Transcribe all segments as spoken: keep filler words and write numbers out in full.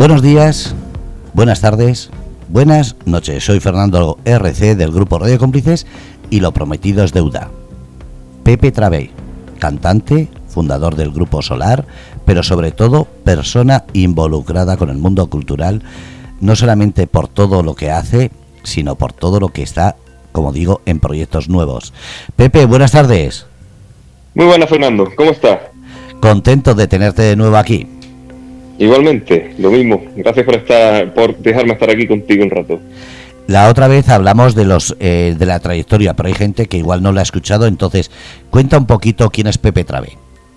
Buenos días, buenas tardes, buenas noches. Soy Fernando R C del grupo Radio Cómplices y lo prometido es deuda. Pepe Travé, cantante, fundador del grupo Solar, pero sobre todo persona involucrada con el mundo cultural, no solamente por todo lo que hace, sino por todo lo que está, como digo, en proyectos nuevos. Pepe, buenas tardes. Muy buenas, Fernando, ¿cómo estás? Contento de tenerte de nuevo aquí. Igualmente, lo mismo. Gracias por estar, por dejarme estar aquí contigo un rato. La otra vez hablamos de los eh, de la trayectoria, pero hay gente que igual no la ha escuchado, entonces cuenta un poquito quién es Pepe Travé.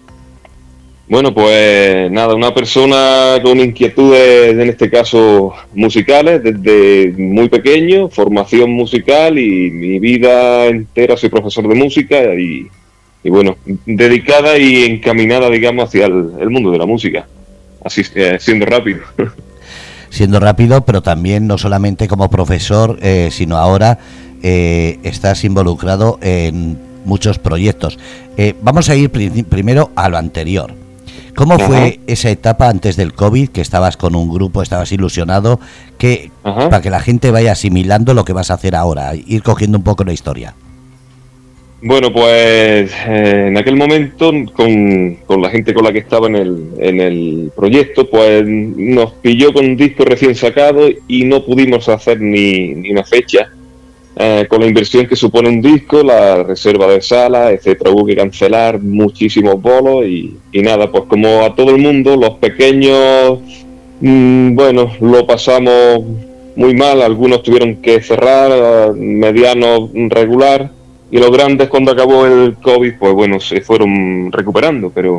Bueno, pues nada, una persona con inquietudes, en este caso musicales, desde muy pequeño, formación musical y mi vida entera soy profesor de música y, y bueno, dedicada y encaminada, digamos, hacia el, el mundo de la música, así eh, siendo rápido. Siendo rápido, pero también no solamente como profesor, eh, sino ahora eh, estás involucrado en muchos proyectos. Eh, vamos a ir pr- primero a lo anterior. ¿Cómo Ajá. fue esa etapa antes del COVID, que estabas con un grupo, estabas ilusionado, que para que la gente vaya asimilando lo que vas a hacer ahora, ir cogiendo un poco la historia? Bueno, pues eh, en aquel momento, con, con la gente con la que estaba en el, en el proyecto, pues nos pilló con un disco recién sacado y no pudimos hacer ni, ni una fecha. Eh, con la inversión que supone un disco, la reserva de sala, etcétera, hubo que cancelar muchísimos bolos y, y nada, pues como a todo el mundo, los pequeños, mmm, bueno, lo pasamos muy mal, algunos tuvieron que cerrar, medianos regular, y los grandes cuando acabó el COVID, pues bueno, se fueron recuperando, pero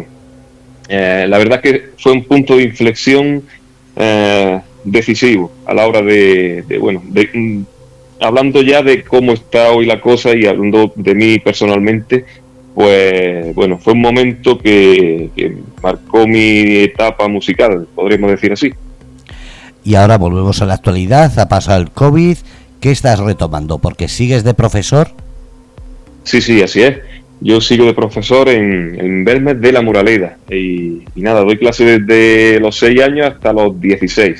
eh, la verdad es que fue un punto de inflexión eh, decisivo a la hora de, de bueno, de... Hablando ya de cómo está hoy la cosa y hablando de mí personalmente, pues bueno, fue un momento que, que marcó mi etapa musical, podríamos decir así. Y ahora volvemos a la actualidad, ha pasado el COVID, ¿qué estás retomando? ¿Porque sigues de profesor? Sí, sí, así es. Yo sigo de profesor en, en Belmez de la Moraleda y, y nada, doy clases desde los seis años hasta los dieciséis.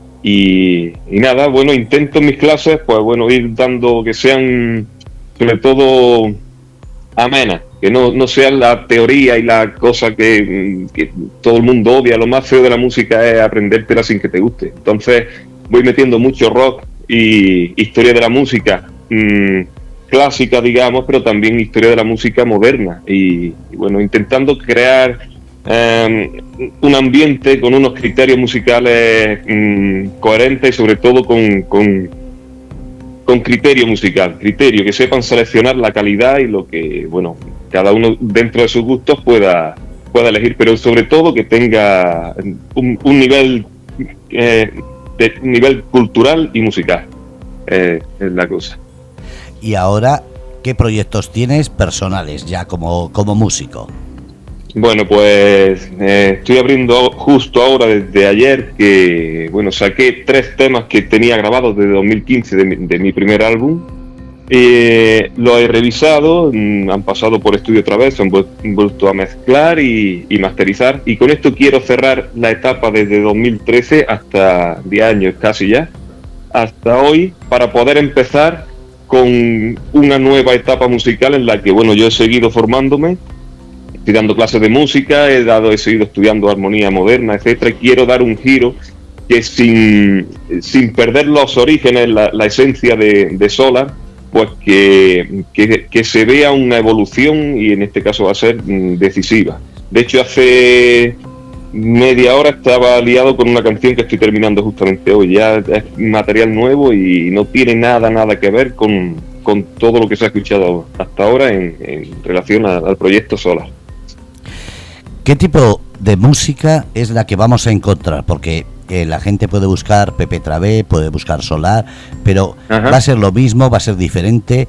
Y, y nada, bueno, intento en mis clases, pues bueno, ir dando que sean sobre todo amenas, que no, no sean la teoría y la cosa que, que todo el mundo odia. Lo más feo de la música es aprendértela sin que te guste. Entonces voy metiendo mucho rock y historia de la música mmm, clásica, digamos, pero también historia de la música moderna. Y, y bueno, intentando crear Eh, un ambiente con unos criterios musicales mm, coherentes y sobre todo con, con, con criterio musical, criterio, que sepan seleccionar la calidad y lo que, bueno, cada uno dentro de sus gustos pueda, pueda elegir, pero sobre todo que tenga un, un nivel eh, de nivel cultural y musical, eh, es la cosa. Y ahora, ¿qué proyectos tienes personales ya como, como músico? Bueno, pues eh, estoy abriendo justo ahora desde ayer que, bueno, saqué tres temas que tenía grabados desde dos mil quince de mi, de mi primer álbum. Eh, lo he revisado, mmm, han pasado por estudio otra vez, se han vuelto a mezclar y, y masterizar. Y con esto quiero cerrar la etapa desde dos mil trece hasta diez años casi ya, hasta hoy, para poder empezar con una nueva etapa musical en la que, bueno, yo he seguido formándome. Estoy dando clases de música, he dado, he seguido estudiando armonía moderna, etcétera. Y quiero dar un giro que sin, sin perder los orígenes, la, la esencia de, de Solar, pues que, que, que se vea una evolución y en este caso va a ser mm, decisiva. De hecho, hace media hora estaba liado con una canción que estoy terminando justamente hoy. Ya es material nuevo y no tiene nada, nada que ver con, con todo lo que se ha escuchado hasta ahora en, en relación a, al proyecto Solar. ¿Qué tipo de música es la que vamos a encontrar? Porque eh, la gente puede buscar Pepe Travé, puede buscar Solar, pero Ajá. ¿va a ser lo mismo? ¿Va a ser diferente?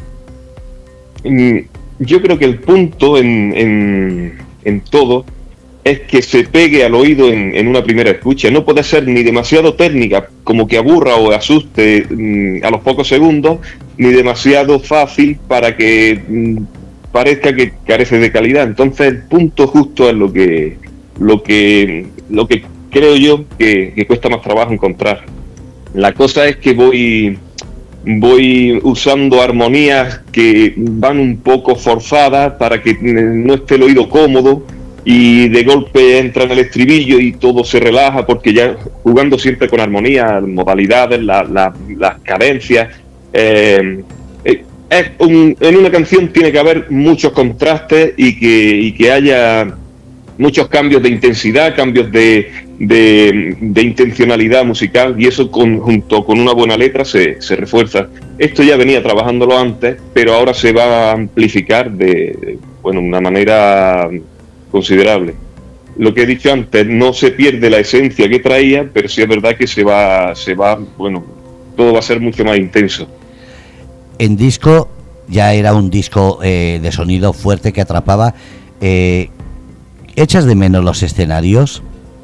Yo creo que el punto en, en, en todo es que se pegue al oído en, en una primera escucha. No puede ser ni demasiado técnica, como que aburra o asuste mmm, a los pocos segundos, ni demasiado fácil para que mmm, parezca que carece de calidad. Entonces el punto justo es lo que lo que lo que creo yo que, que cuesta más trabajo encontrar. La cosa es que voy, voy usando armonías que van un poco forzadas para que no esté el oído cómodo, y de golpe entra en el estribillo y todo se relaja, porque ya jugando siempre con armonías, modalidades, la, la, las cadencias. Eh, es un, en una canción tiene que haber muchos contrastes y que, y que haya muchos cambios de intensidad, cambios de, de, de intencionalidad musical, y eso con, junto con una buena letra se, se refuerza. Esto ya venía trabajándolo antes, pero ahora se va a amplificar de, bueno, una manera considerable. Lo que he dicho antes, no se pierde la esencia que traía, pero sí es verdad que se va, se va, bueno, todo va a ser mucho más intenso. En disco ya era un disco eh, de sonido fuerte que atrapaba. Eh, ¿Echas de menos los escenarios?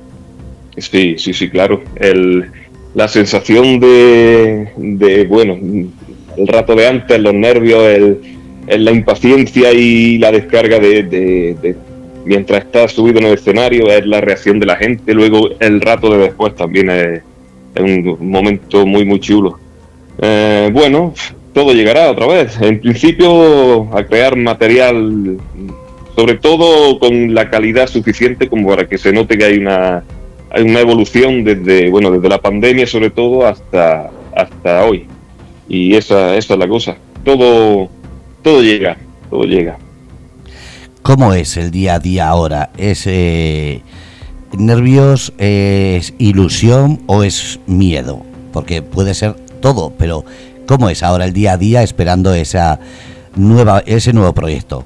Sí, sí, sí, claro. El, la sensación de, de, bueno, el rato de antes, los nervios, el, el, la impaciencia y la descarga de, de, de mientras estás subido en el escenario, es la reacción de la gente. Luego el rato de después también es, es un momento muy, muy chulo. Eh, bueno, todo llegará otra vez. En principio, a crear material, sobre todo con la calidad suficiente como para que se note que hay una, hay una evolución desde, bueno, desde la pandemia sobre todo hasta, hasta hoy. Y esa, esa es la cosa. Todo, todo llega, todo llega. ¿Cómo es el día a día ahora? ¿Es eh, nervios, es ilusión o es miedo? Porque puede ser todo, pero ¿cómo es ahora el día a día esperando esa nueva, ese nuevo proyecto?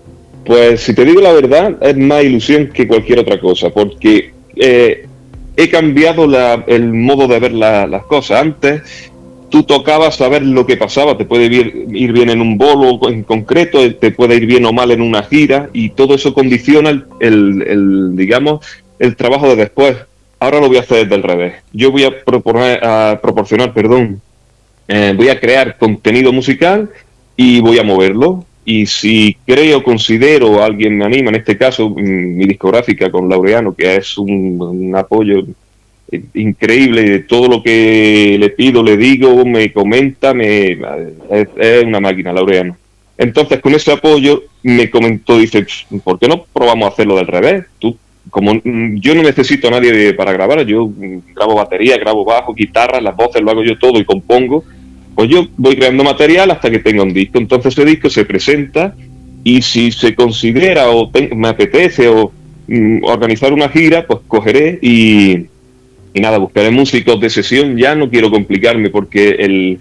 Pues si te digo la verdad, es más ilusión que cualquier otra cosa, porque eh, he cambiado la, el modo de ver la, las cosas. Antes tú tocabas saber lo que pasaba, te puede ir, ir bien en un bolo en concreto, te puede ir bien o mal en una gira, y todo eso condiciona el, el, el digamos, el trabajo de después. Ahora lo voy a hacer desde el revés. Yo voy a, proponer, a proporcionar, perdón, eh, voy a crear contenido musical y voy a moverlo. Y si creo, considero, alguien me anima, en este caso mi discográfica con Laureano, que es un, un apoyo increíble, de todo lo que le pido, le digo, me comenta, me es, es una máquina, Laureano. Entonces, con ese apoyo me comentó, dice, ¿por qué no probamos a hacerlo del revés? Tú, como yo no necesito a nadie para grabar, yo grabo batería, grabo bajo, guitarra, las voces lo hago yo todo y compongo, pues yo voy creando material hasta que tenga un disco. Entonces ese disco se presenta, y si se considera o te, me apetece o mm, organizar una gira, pues cogeré y, y nada, buscaré músicos de sesión. Ya no quiero complicarme, porque el,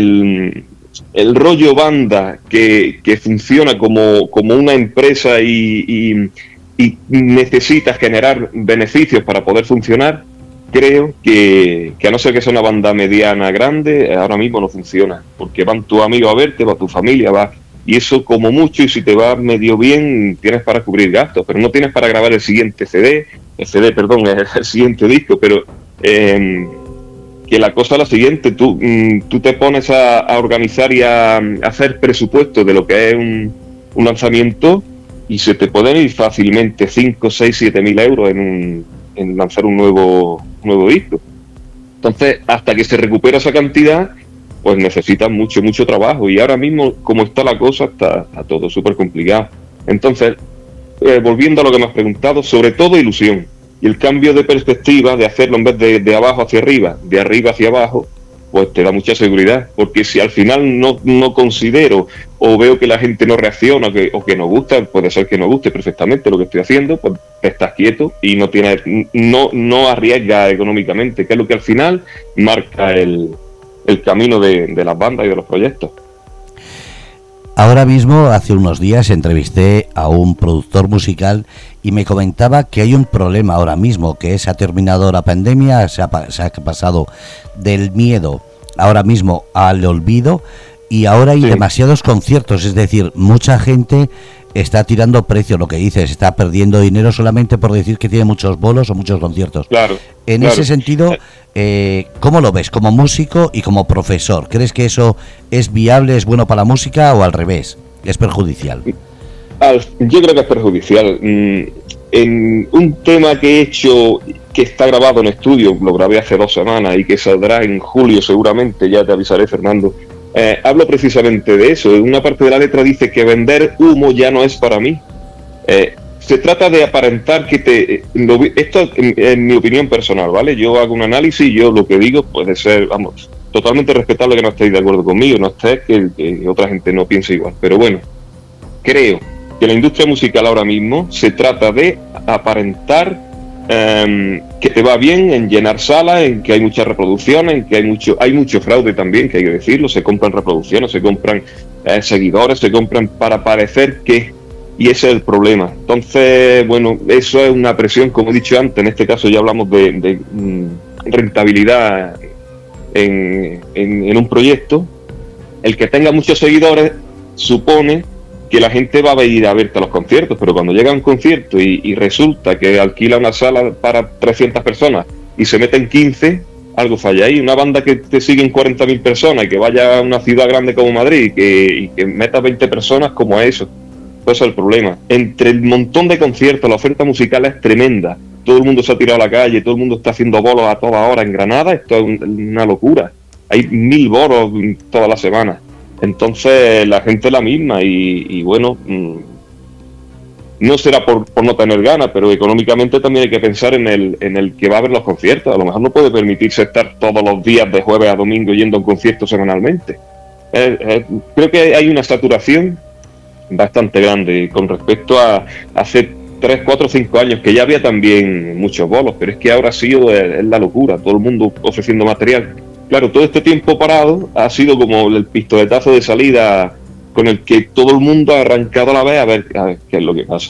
el, el rollo banda que, que funciona como, como una empresa y, y, y necesita generar beneficios para poder funcionar, creo que, que a no ser que sea una banda mediana grande, ahora mismo no funciona, porque van tus amigos a verte, va tu familia, va, y eso como mucho, y si te va medio bien, tienes para cubrir gastos, pero no tienes para grabar el siguiente C D, el C D, perdón, el, el siguiente disco, pero eh, que la cosa es la siguiente, tú, mm, tú te pones a, a organizar y a, a hacer presupuesto de lo que es un, un lanzamiento, y se te pueden ir fácilmente cinco, seis, siete mil euros en un en lanzar un nuevo nuevo disco. Entonces, hasta que se recupera esa cantidad, pues necesitas mucho, mucho trabajo, y ahora mismo, como está la cosa, está, está todo súper complicado. Entonces, eh, volviendo a lo que me has preguntado, sobre todo ilusión, y el cambio de perspectiva, de hacerlo en vez de, de abajo hacia arriba, de arriba hacia abajo, pues te da mucha seguridad, porque si al final no, no considero o veo que la gente no reacciona o que, o que no gusta, puede ser que no guste perfectamente lo que estoy haciendo, pues estás quieto y no tienes, no, no arriesgas económicamente, que es lo que al final marca el, el camino de, de las bandas y de los proyectos. Ahora mismo, hace unos días, entrevisté a un productor musical y me comentaba que hay un problema ahora mismo, que es, ha terminado la pandemia, se ha, se ha pasado del miedo ahora mismo al olvido, y ahora hay sí. demasiados conciertos, es decir, mucha gente está tirando precios, lo que dices, está perdiendo dinero solamente por decir que tiene muchos bolos o muchos conciertos. Claro. En claro. ese sentido, eh, ¿cómo lo ves como músico y como profesor? ¿Crees que eso es viable, es bueno para la música, o al revés, es perjudicial? Yo creo que es perjudicial. En un tema que he hecho que está grabado en estudio, lo grabé hace dos semanas y que saldrá en julio seguramente, ya te avisaré, Fernando. Eh, hablo precisamente de eso. Una parte de la letra dice que vender humo ya no es para mí. Eh, se trata de aparentar que te... Lo, esto en, en mi opinión personal, ¿vale? Yo hago un análisis y yo lo que digo puede ser, vamos, totalmente respetable que no estéis de acuerdo conmigo, no estés que, que otra gente no piense igual. Pero bueno, creo que la industria musical ahora mismo se trata de aparentar Um, que te va bien en llenar salas, en que hay muchas reproducciones, en que hay mucho hay mucho fraude también, que hay que decirlo, se compran reproducciones, se compran eh, seguidores, se compran para parecer que, y ese es el problema. Entonces, bueno, eso es una presión, como he dicho antes, en este caso ya hablamos de, de mm, rentabilidad en, en, en un proyecto. El que tenga muchos seguidores supone que la gente va a ir a verte a los conciertos, pero cuando llega a un concierto y, y resulta que alquila una sala para trescientas personas y se meten quince, algo falla ahí. Una banda que te siguen cuarenta mil personas y que vaya a una ciudad grande como Madrid y que, y que meta veinte personas, como a eso. Pues ese es el problema. Entre el montón de conciertos, la oferta musical es tremenda. Todo el mundo se ha tirado a la calle, todo el mundo está haciendo bolos a toda hora en Granada. Esto es un, una locura. Hay mil bolos todas las semanas. Entonces la gente es la misma y, y bueno, mmm, no será por, por no tener ganas, pero económicamente también hay que pensar en el, en el que va a ver los conciertos. A lo mejor no puede permitirse estar todos los días de jueves a domingo yendo a un concierto semanalmente. Eh, eh, creo que hay una saturación bastante grande con respecto a hace tres, cuatro, cinco años, que ya había también muchos bolos, pero es que ahora ha sido es, es la locura, todo el mundo ofreciendo material. Claro, todo este tiempo parado ha sido como el pistoletazo de salida con el que todo el mundo ha arrancado a la vez a ver, a ver qué es lo que pasa.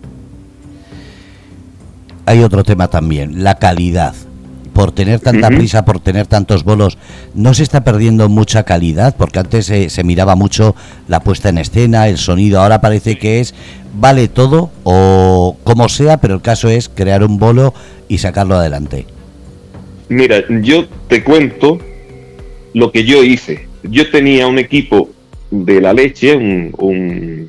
Hay otro tema también, la calidad. Por tener tanta uh-huh. prisa, por tener tantos bolos, ¿no se está perdiendo mucha calidad? Porque antes eh, se miraba mucho la puesta en escena, el sonido. Ahora parece que es, vale todo o como sea, pero el caso es crear un bolo y sacarlo adelante. Mira, yo te cuento lo que yo hice. Yo tenía un equipo de la leche, un, un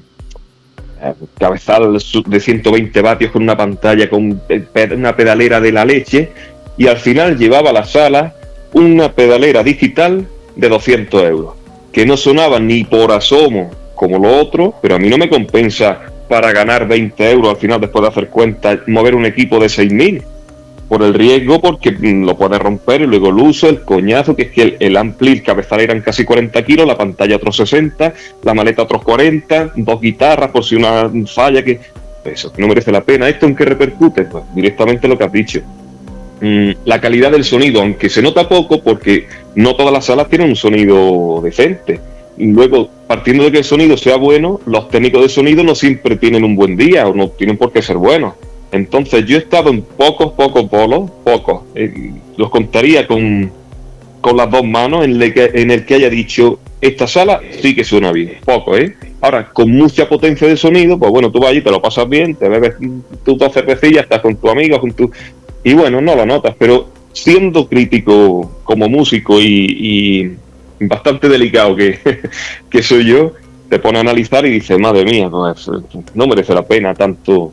cabezal de ciento veinte vatios con una pantalla, con una pedalera de la leche, y al final llevaba a la sala una pedalera digital de doscientos euros, que no sonaba ni por asomo como lo otro, pero a mí no me compensa para ganar veinte euros al final, después de hacer cuenta, mover un equipo de seis mil. Por el riesgo, porque lo puede romper, y luego el uso, el coñazo, que es que el, el ampli, el cabezal eran casi cuarenta kilos, la pantalla otros sesenta, la maleta otros cuarenta, dos guitarras por si una falla, que eso no merece la pena. ¿Esto en qué repercute? Pues directamente lo que has dicho. Mm, la calidad del sonido, aunque se nota poco, porque no todas las salas tienen un sonido decente. Y luego, partiendo de que el sonido sea bueno, los técnicos de sonido no siempre tienen un buen día, o no tienen por qué ser buenos. Entonces yo he estado en pocos, pocos bolos, pocos, eh, los contaría con, con las dos manos, en el, que, en el que haya dicho, esta sala sí que suena bien, poco, ¿eh? Ahora, con mucha potencia de sonido, pues bueno, tú vas allí, te lo pasas bien, te bebes tus dos cervecillas, estás con tu amigo, con tu... y bueno, no lo notas, pero siendo crítico como músico y, y bastante delicado que, que soy yo, te pone a analizar y dices, madre mía, pues no merece la pena tanto...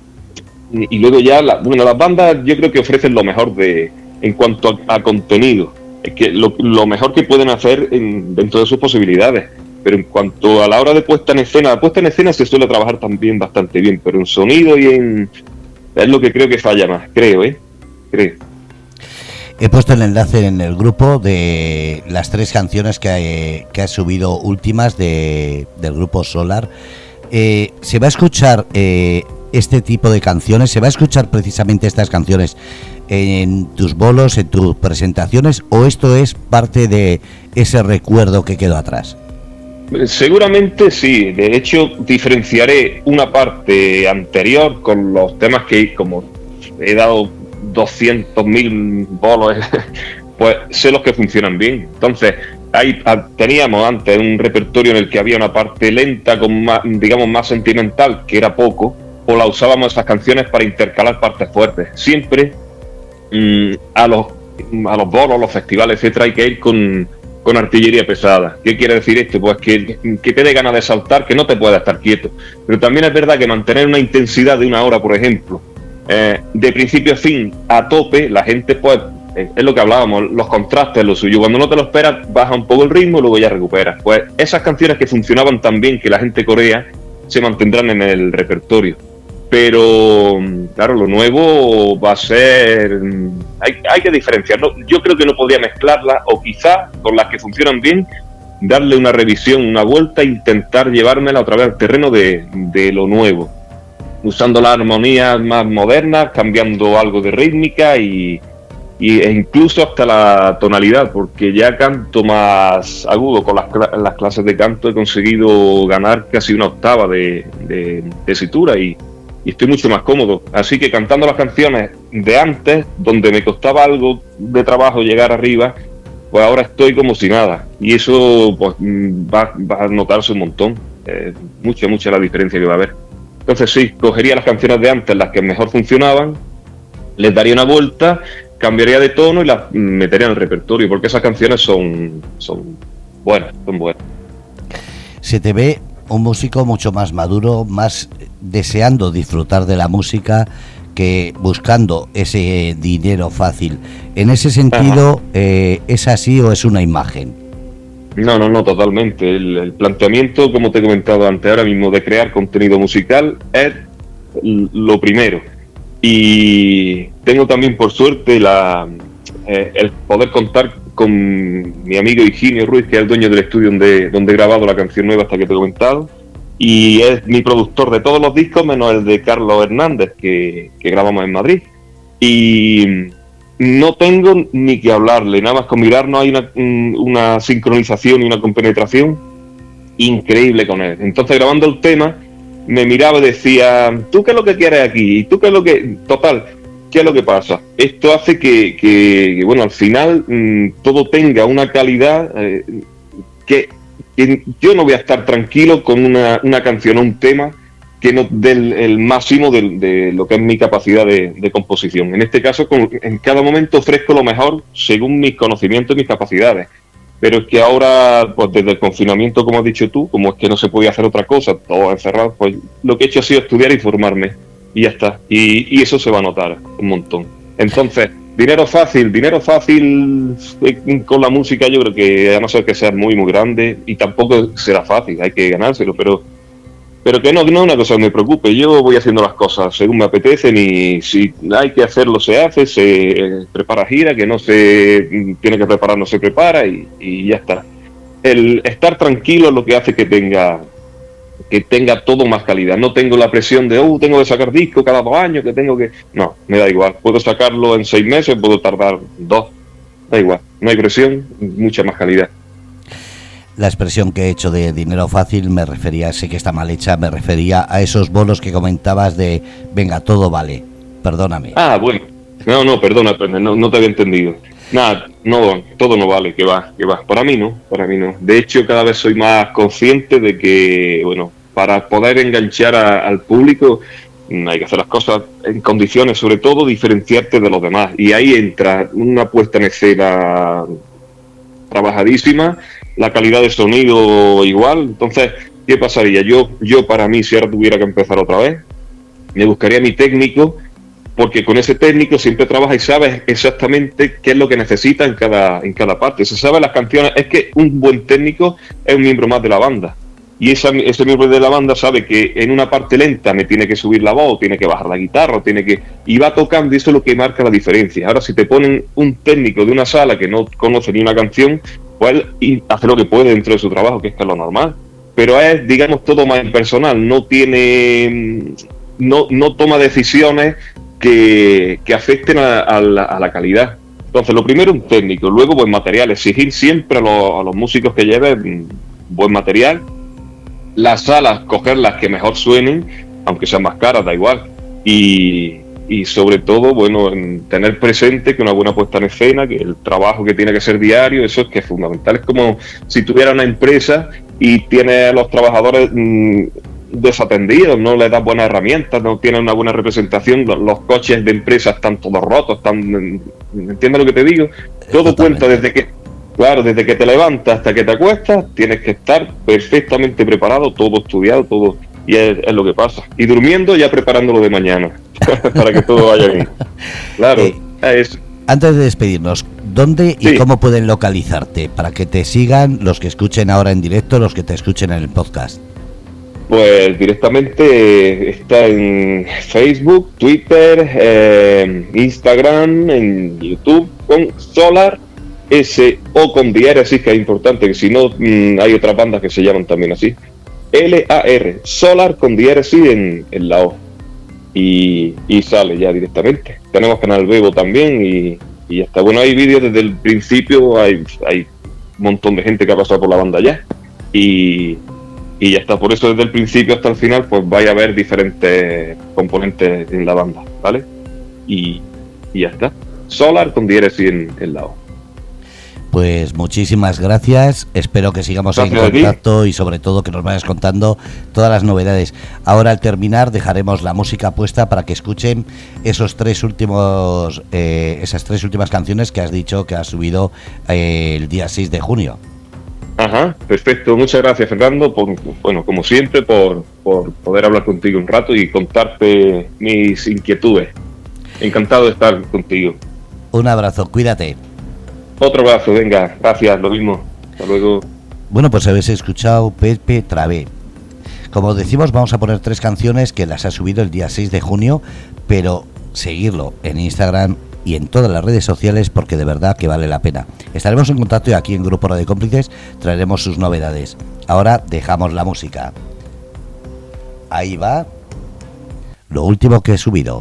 Y luego ya, la, bueno, las bandas yo creo que ofrecen lo mejor de en cuanto a, a contenido, es que lo, lo mejor que pueden hacer en, dentro de sus posibilidades, pero en cuanto a la hora de puesta en escena, la puesta en escena se suele trabajar también bastante bien, pero en sonido y en... es lo que creo que falla más, creo, ¿eh? Creo. He puesto el enlace en el grupo de las tres canciones que, hay, que has subido últimas de, del grupo Solar. Eh, ¿Se va a escuchar... Eh, este tipo de canciones, se va a escuchar precisamente estas canciones en tus bolos, en tus presentaciones, o esto es parte de ese recuerdo que quedó atrás? Seguramente sí, de hecho diferenciaré una parte anterior con los temas que, como he dado doscientos mil bolos, pues sé los que funcionan bien. Entonces ahí teníamos antes un repertorio en el que había una parte lenta, con más, digamos, más sentimental, que era poco, o la usábamos esas canciones para intercalar partes fuertes. Siempre mmm, a los a los bolos, los festivales, etcétera, hay que ir con, con artillería pesada. ¿Qué quiere decir esto? Pues que, que te dé ganas de saltar, que no te puedas estar quieto. Pero también es verdad que mantener una intensidad de una hora, por ejemplo, eh, de principio a fin a tope, la gente pues eh, es lo que hablábamos, los contrastes, lo suyo. Cuando no te lo esperas, baja un poco el ritmo y luego ya recuperas. Pues esas canciones que funcionaban tan bien que la gente corea se mantendrán en el repertorio. Pero claro, lo nuevo va a ser, hay, hay que diferenciarlo. Yo creo que no podría mezclarlas, o quizás con las que funcionan bien darle una revisión, una vuelta e intentar llevármela otra vez al terreno de, de lo nuevo, usando las armonías más modernas, cambiando algo de rítmica y, y e incluso hasta la tonalidad, porque ya canto más agudo. Con las, las clases de canto he conseguido ganar casi una octava de, de tesitura y y estoy mucho más cómodo. Así que cantando las canciones de antes, donde me costaba algo de trabajo llegar arriba, pues ahora estoy como si nada. Y eso pues va, va a notarse un montón. Eh, mucha, mucha la diferencia que va a haber. Entonces sí, cogería las canciones de antes, las que mejor funcionaban, les daría una vuelta, cambiaría de tono y las metería en el repertorio, porque esas canciones son, son buenas, son buenas. Se te ve un músico mucho más maduro, más deseando disfrutar de la música que buscando ese dinero fácil. En ese sentido, eh, ¿es así o es una imagen? No, no, no, totalmente. El, el planteamiento, como te he comentado antes, ahora mismo de crear contenido musical es lo primero. Y tengo también, por suerte, la, eh, el poder contar con mi amigo Higinio Ruiz, que es el dueño del estudio donde, donde he grabado la canción nueva hasta que te he comentado, y es mi productor de todos los discos, menos el de Carlos Hernández, que, que grabamos en Madrid. Y no tengo ni que hablarle, nada más con mirarnos hay una, una sincronización y una compenetración increíble con él. Entonces, grabando el tema, me miraba y decía, ¿tú qué es lo que quieres aquí? ¿Y tú qué es lo que...? Total, ¿qué es lo que pasa? Esto hace que, que, que bueno, al final mmm, todo tenga una calidad eh, que, que yo no voy a estar tranquilo con una, una canción o un tema que no dé el, el máximo de, de lo que es mi capacidad de, de composición. En este caso, con, en cada momento ofrezco lo mejor según mis conocimientos y mis capacidades. Pero es que ahora, pues desde el confinamiento, como has dicho tú, como es que no se podía hacer otra cosa, todo encerrado, pues lo que he hecho ha sido estudiar y formarme. Y ya está. Y, y eso se va a notar un montón. Entonces, dinero fácil, dinero fácil con la música, yo creo que a no ser que sea muy, muy grande, y tampoco será fácil, hay que ganárselo, pero pero que no, no es una cosa que me preocupe. Yo voy haciendo las cosas según me apetecen y si hay que hacerlo se hace, se prepara gira, que no se tiene que preparar no se prepara y, y ya está. El estar tranquilo es lo que hace que tenga que tenga todo más calidad. No tengo la presión de, oh, tengo que sacar disco cada dos años, que tengo que... No, me da igual. Puedo sacarlo en seis meses, puedo tardar dos. Da igual. No hay presión, mucha más calidad. La expresión que he hecho de dinero fácil me refería, sé que está mal hecha, me refería a esos bolos que comentabas de, venga, todo vale. Perdóname. Ah, bueno. No, no, perdona, no, no te había entendido. Nada, no, todo no vale, que va, que va. Para mí no, para mí no. De hecho, cada vez soy más consciente de que, bueno, para poder enganchar a, al público hay que hacer las cosas en condiciones, sobre todo diferenciarte de los demás. Y ahí entra una puesta en escena trabajadísima, la calidad de sonido igual. Entonces, ¿qué pasaría? Yo, yo para mí, si ahora tuviera que empezar otra vez, me buscaría mi técnico, porque con ese técnico siempre trabaja y sabes exactamente qué es lo que necesita en cada, en cada parte. Se sabe las canciones. Es que un buen técnico es un miembro más de la banda. Y esa, ese miembro de la banda sabe que en una parte lenta me tiene que subir la voz, tiene que bajar la guitarra, tiene que... y va tocando, y eso es lo que marca la diferencia. Ahora, si te ponen un técnico de una sala que no conoce ni una canción, pues él hace lo que puede dentro de su trabajo, que es que es lo normal. Pero es, digamos, todo más impersonal. No tiene... no, no toma decisiones que, que afecten a, a, la, a la calidad. Entonces, lo primero, un técnico. Luego, buen material. Exigir siempre a los, a los músicos que lleven buen material. Las salas, coger las que mejor suenen, aunque sean más caras, da igual. Y, y sobre todo, bueno, tener presente que una buena puesta en escena, que el trabajo que tiene que ser diario, eso es que es fundamental. Es como si tuviera una empresa y tiene a los trabajadores mmm, desatendidos, no les das buenas herramientas, no tienen una buena representación, los, los coches de empresa están todos rotos, están, ¿entiendes lo que te digo? Todo Totalmente. cuenta desde que... Claro, desde que te levantas hasta que te acuestas, tienes que estar perfectamente preparado, todo estudiado, todo. y es, es lo que pasa. Y durmiendo ya preparándolo de mañana, para que todo vaya bien. Claro, Eh, es... Antes de despedirnos, ¿dónde y Sí. cómo pueden localizarte? Para que te sigan los que escuchen ahora en directo, los que te escuchen en el podcast. Pues directamente está en Facebook, Twitter, eh, Instagram, en YouTube, con Solar, S O con diéresis, que es importante, que si no mmm, hay otras bandas que se llaman también así. L A R, Solar con diéresis en, en la O. Y, y sale ya directamente. Tenemos canal Bebo también y, y ya está. Bueno, hay vídeos desde el principio, hay, hay un montón de gente que ha pasado por la banda ya. Y... Y ya está, por eso desde el principio hasta el final, pues vaya a haber diferentes componentes en la banda, ¿vale? Y, y ya está. Solar con diéresis en el lado. Pues muchísimas gracias, espero que sigamos Gracias en contacto y sobre todo que nos vayas contando todas las novedades. Ahora al terminar dejaremos la música puesta para que escuchen esos tres últimos, eh, esas tres últimas canciones que has dicho que has subido eh, el día seis de junio. Ajá, perfecto. Muchas gracias, Fernando, por, bueno, como siempre, por, por poder hablar contigo un rato y contarte mis inquietudes. Encantado de estar contigo. Un abrazo, cuídate. Otro abrazo, venga, gracias, lo mismo. Hasta luego. Bueno, pues habéis escuchado Pepe Travé. Como decimos, vamos a poner tres canciones que las ha subido el día seis de junio, pero seguirlo en Instagram y en todas las redes sociales porque de verdad que vale la pena. Estaremos en contacto y aquí en Grupo Radio Cómplices traeremos sus novedades. Ahora dejamos la música. Ahí va lo último que he subido.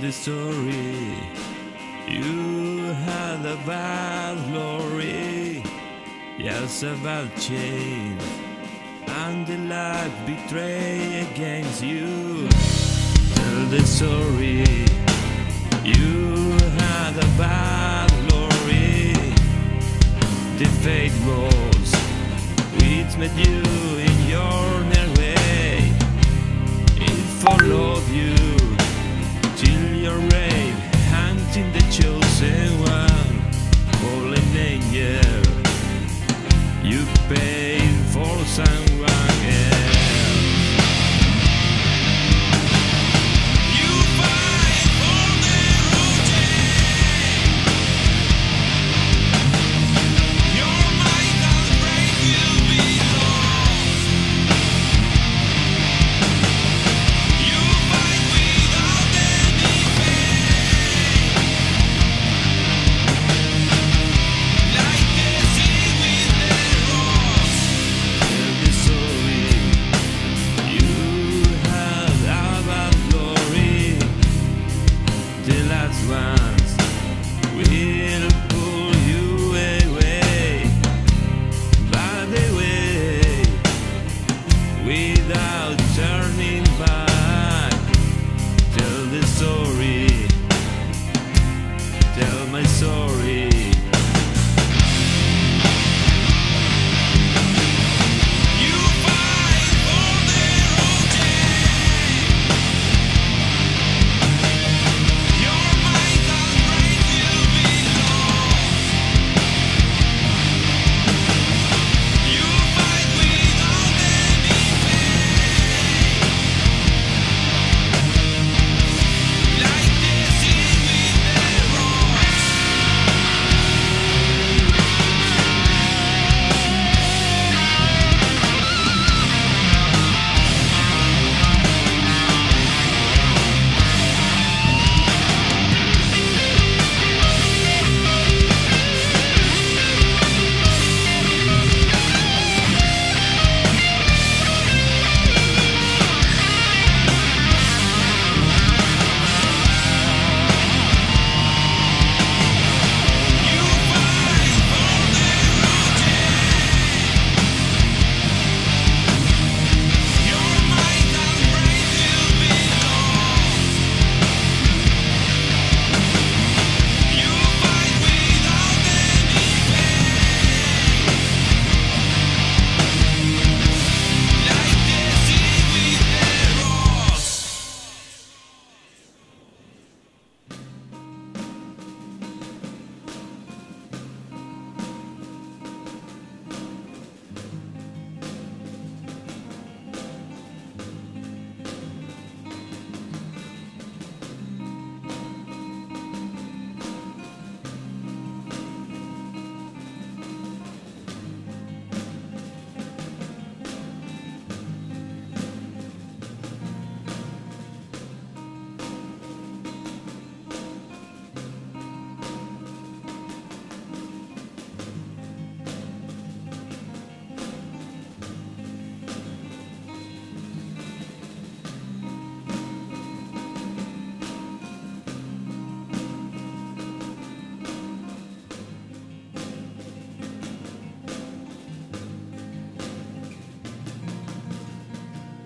the story. You had a bad glory, yes, a bad change, and the life betray against you. Tell the story. You had a bad glory, the fate was which met you in your near way. It followed you till your grave, hunting the chosen one, fallen angel. You paid for someone else. You fight for the routine. Your mind and brain will be lost. You fight without any pain, like a sea with the rocks. Tell the story. You have our glory. The last ones will pull you away, by the way, without turning back. Tell the story. Tell my story.